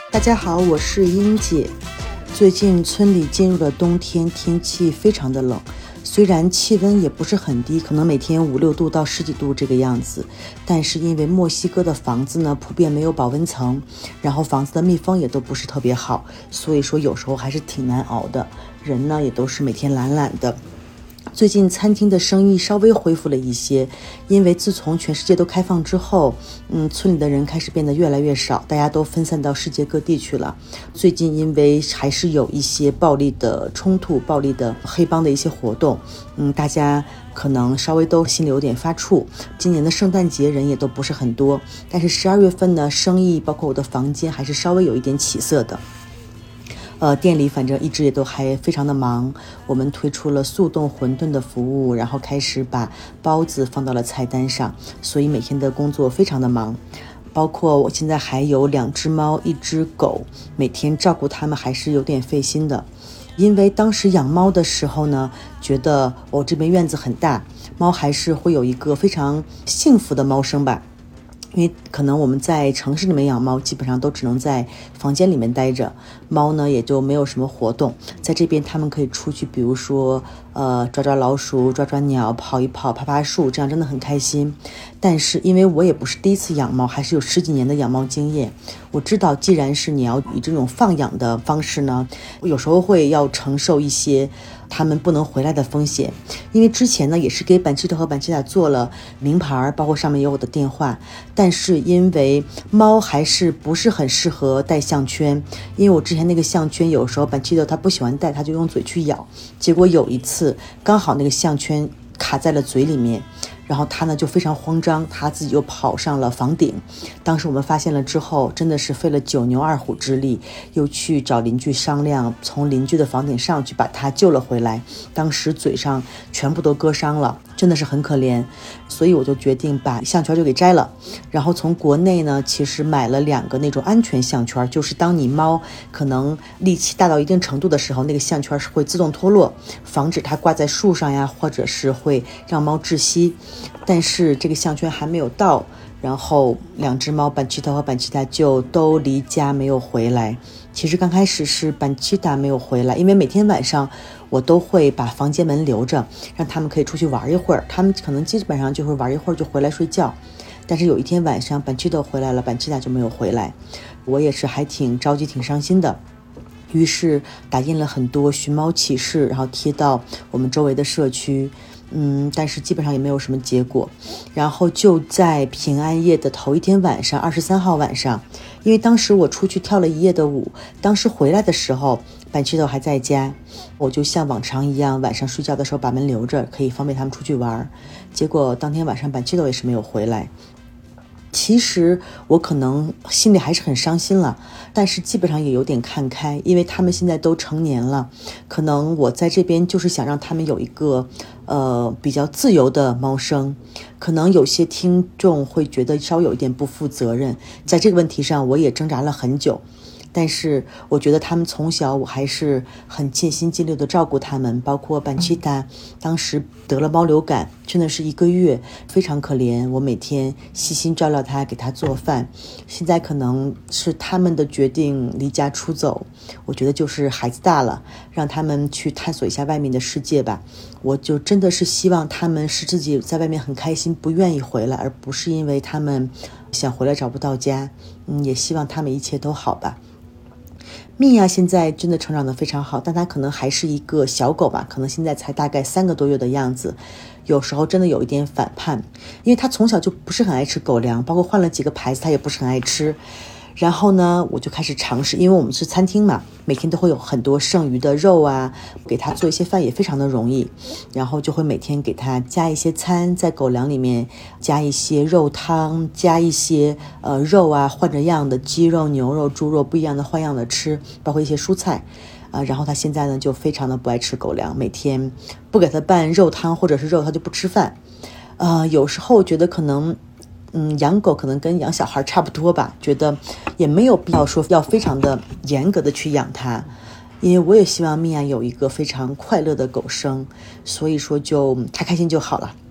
大家好，我是英姐。最近村里进入了冬天，天气非常的冷，虽然气温也不是很低，可能每天5、6度到10几度这个样子，但是因为墨西哥的房子呢普遍没有保温层，然后房子的密封也都不是特别好，所以说有时候还是挺难熬的，人呢也都是每天懒懒的。最近餐厅的生意稍微恢复了一些，因为自从全世界都开放之后，村里的人开始变得越来越少，大家都分散到世界各地去了。最近因为还是有一些暴力的冲突、暴力的黑帮的一些活动，大家可能稍微都心里有点发怵。今年的圣诞节人也都不是很多，但是12月份呢，生意包括我的房间还是稍微有一点起色的。店里反正一直也都还非常的忙，我们推出了速冻馄饨的服务，然后开始把包子放到了菜单上，所以每天的工作非常的忙。包括我现在还有2只猫1只狗，每天照顾它们还是有点费心的。因为当时养猫的时候呢，觉得我这边院子很大，猫还是会有一个非常幸福的猫生吧。因为可能我们在城市里面养猫，基本上都只能在房间里面待着，猫呢也就没有什么活动。在这边它们可以出去，比如说抓抓老鼠、抓抓鸟、跑一跑、爬爬树，这样真的很开心。但是因为我也不是第一次养猫，还是有10几年的养猫经验，我知道既然是你要以这种放养的方式呢，有时候会要承受一些他们不能回来的风险。因为之前呢也是给板奇特和板奇达做了名牌，包括上面有我的电话，但是因为猫还是不是很适合戴项圈，因为我之前那个项圈有时候板奇特它不喜欢戴，它就用嘴去咬，结果有一次刚好那个项圈卡在了嘴里面，然后他呢就非常慌张，他自己就跑上了房顶。当时我们发现了之后，真的是费了9牛2虎之力，又去找邻居商量，从邻居的房顶上去把他救了回来。当时嘴上全部都割伤了，真的是很可怜，所以我就决定把项圈就给摘了。然后从国内呢，其实买了2个那种安全项圈，就是当你猫可能力气大到一定程度的时候，那个项圈是会自动脱落，防止它挂在树上呀，或者是会让猫窒息。但是这个项圈还没有到，然后2只猫板奇达和板奇达就都离家没有回来。其实刚开始是板奇达没有回来，因为每天晚上我都会把房间门留着，让他们可以出去玩一会儿，他们可能基本上就会玩一会儿就回来睡觉。但是有一天晚上板奇达回来了，板奇达就没有回来，我也是还挺着急挺伤心的。于是打印了很多寻猫启事，然后贴到我们周围的社区，但是基本上也没有什么结果。然后就在平安夜的头一天晚上，23号晚上，因为当时我出去跳了一夜的舞，当时回来的时候板奇斗还在家，我就像往常一样，晚上睡觉的时候把门留着，可以方便他们出去玩。结果当天晚上板奇斗也是没有回来。其实我可能心里还是很伤心了，但是基本上也有点看开，因为他们现在都成年了，可能我在这边就是想让他们有一个比较自由的猫生。可能有些听众会觉得稍微有一点不负责任，在这个问题上我也挣扎了很久，但是我觉得他们从小我还是很尽心尽力的照顾他们，包括板奇达当时得了猫流感，真的是1个月，非常可怜，我每天细心照料他，给他做饭。现在可能是他们的决定离家出走，我觉得就是孩子大了，让他们去探索一下外面的世界吧。我就真的是希望他们是自己在外面很开心，不愿意回来，而不是因为他们想回来找不到家。也希望他们一切都好吧。蜜娅现在真的成长得非常好，但她可能还是一个小狗吧，可能现在才大概3个多月的样子，有时候真的有一点反叛，因为她从小就不是很爱吃狗粮，包括换了几个牌子她也不是很爱吃。然后呢，我就开始尝试，因为我们是餐厅嘛，每天都会有很多剩余的肉啊，给他做一些饭也非常的容易，然后就会每天给他加一些餐，在狗粮里面加一些肉汤，加一些肉啊，换着样的鸡肉、牛肉、猪肉不一样的换样的吃，包括一些蔬菜。然后他现在呢就非常的不爱吃狗粮，每天不给他拌肉汤或者是肉他就不吃饭。有时候觉得可能养狗可能跟养小孩差不多吧，觉得也没有必要说要非常的严格的去养它，因为我也希望蜜娅有一个非常快乐的狗生，所以说就他开心就好了。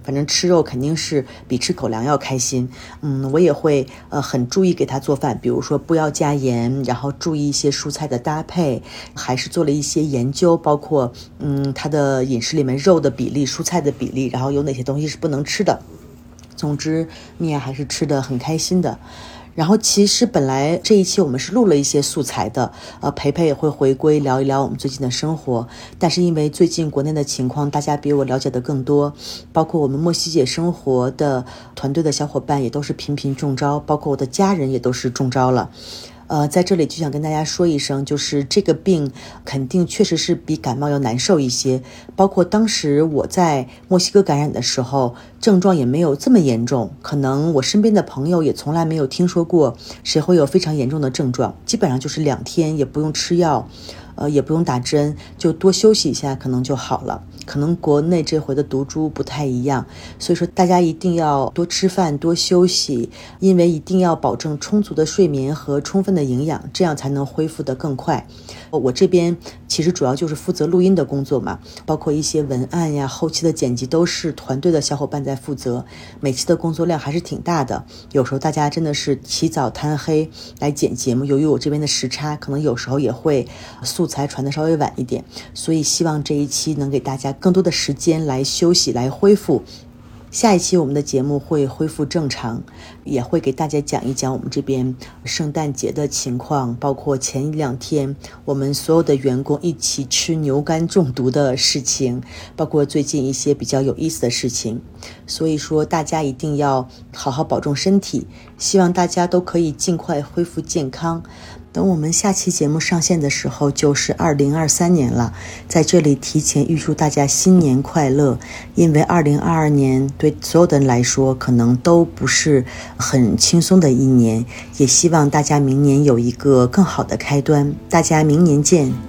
反正吃肉肯定是比吃狗粮要开心。我也会很注意给他做饭，比如说不要加盐，然后注意一些蔬菜的搭配，还是做了一些研究，包括他的饮食里面肉的比例、蔬菜的比例，然后有哪些东西是不能吃的。总之米娅还是吃得很开心的。然后其实本来这一期我们是录了一些素材的，培培也会回归聊一聊我们最近的生活，但是因为最近国内的情况大家比我了解的更多，包括我们墨西姐生活的团队的小伙伴也都是频频中招，包括我的家人也都是中招了。在这里就想跟大家说一声，就是这个病肯定确实是比感冒要难受一些，包括当时我在墨西哥感染的时候，症状也没有这么严重，可能我身边的朋友也从来没有听说过谁会有非常严重的症状，基本上就是2天也不用吃药，也不用打针，就多休息一下可能就好了。可能国内这回的毒株不太一样，所以说大家一定要多吃饭多休息，因为一定要保证充足的睡眠和充分的营养，这样才能恢复得更快。我这边其实主要就是负责录音的工作嘛，包括一些文案呀、后期的剪辑都是团队的小伙伴在负责，每期的工作量还是挺大的，有时候大家真的是起早贪黑来剪节目，由于我这边的时差，可能有时候也会素材传得稍微晚一点，所以希望这一期能给大家更多的时间来休息来恢复。下一期我们的节目会恢复正常，也会给大家讲一讲我们这边圣诞节的情况，包括前1-2天我们所有的员工一起吃牛肝中毒的事情，包括最近一些比较有意思的事情。所以说大家一定要好好保重身体，希望大家都可以尽快恢复健康。等我们下期节目上线的时候就是2023年了，在这里提前预祝大家新年快乐，因为2022年对所有的人来说可能都不是很轻松的一年，也希望大家明年有一个更好的开端，大家明年见。